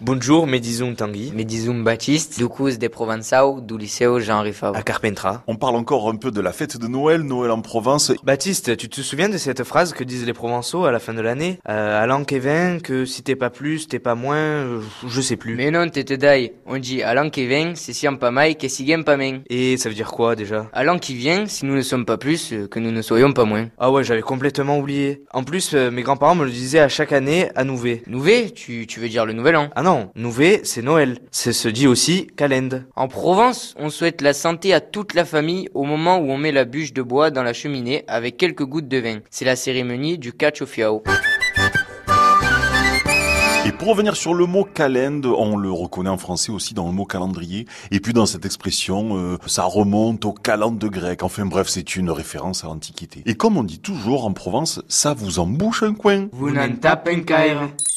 Bonjour, me disum Tanguy. Me disum Baptiste, du cus de Provençau, du liceu Jean Riffaut. À Carpentras. On parle encore un peu de la fête de Noël, Noël en Provence. Baptiste, tu te souviens de cette phrase que disent les Provençaux à la fin de l'année? Allant Kevin, que si t'es pas plus, t'es pas moins, je sais plus. Mais non, tete dai. On dit allant qui vient, c'est si pas mai que si gagne pas main. Et ça veut dire quoi déjà? Allant qui vient, si nous ne sommes pas plus, que nous ne soyons pas moins. Ah ouais, j'avais complètement oublié. En plus, mes grands-parents me le disaient à chaque année à Nouvet. Nouvet, tu veux dire le nouvel an? Ah non, Nouvet, c'est Noël. Ça se dit aussi Calende. En Provence, on souhaite la santé à toute la famille au moment où on met la bûche de bois dans la cheminée avec quelques gouttes de vin. C'est la cérémonie du cacio fiao. Et pour revenir sur le mot calende, on le reconnaît en français aussi dans le mot calendrier. Et puis dans cette expression, ça remonte aux calendes grecques. Enfin bref, c'est une référence à l'Antiquité. Et comme on dit toujours en Provence, ça vous embouche un coin. Vous n'en tapez qu'un.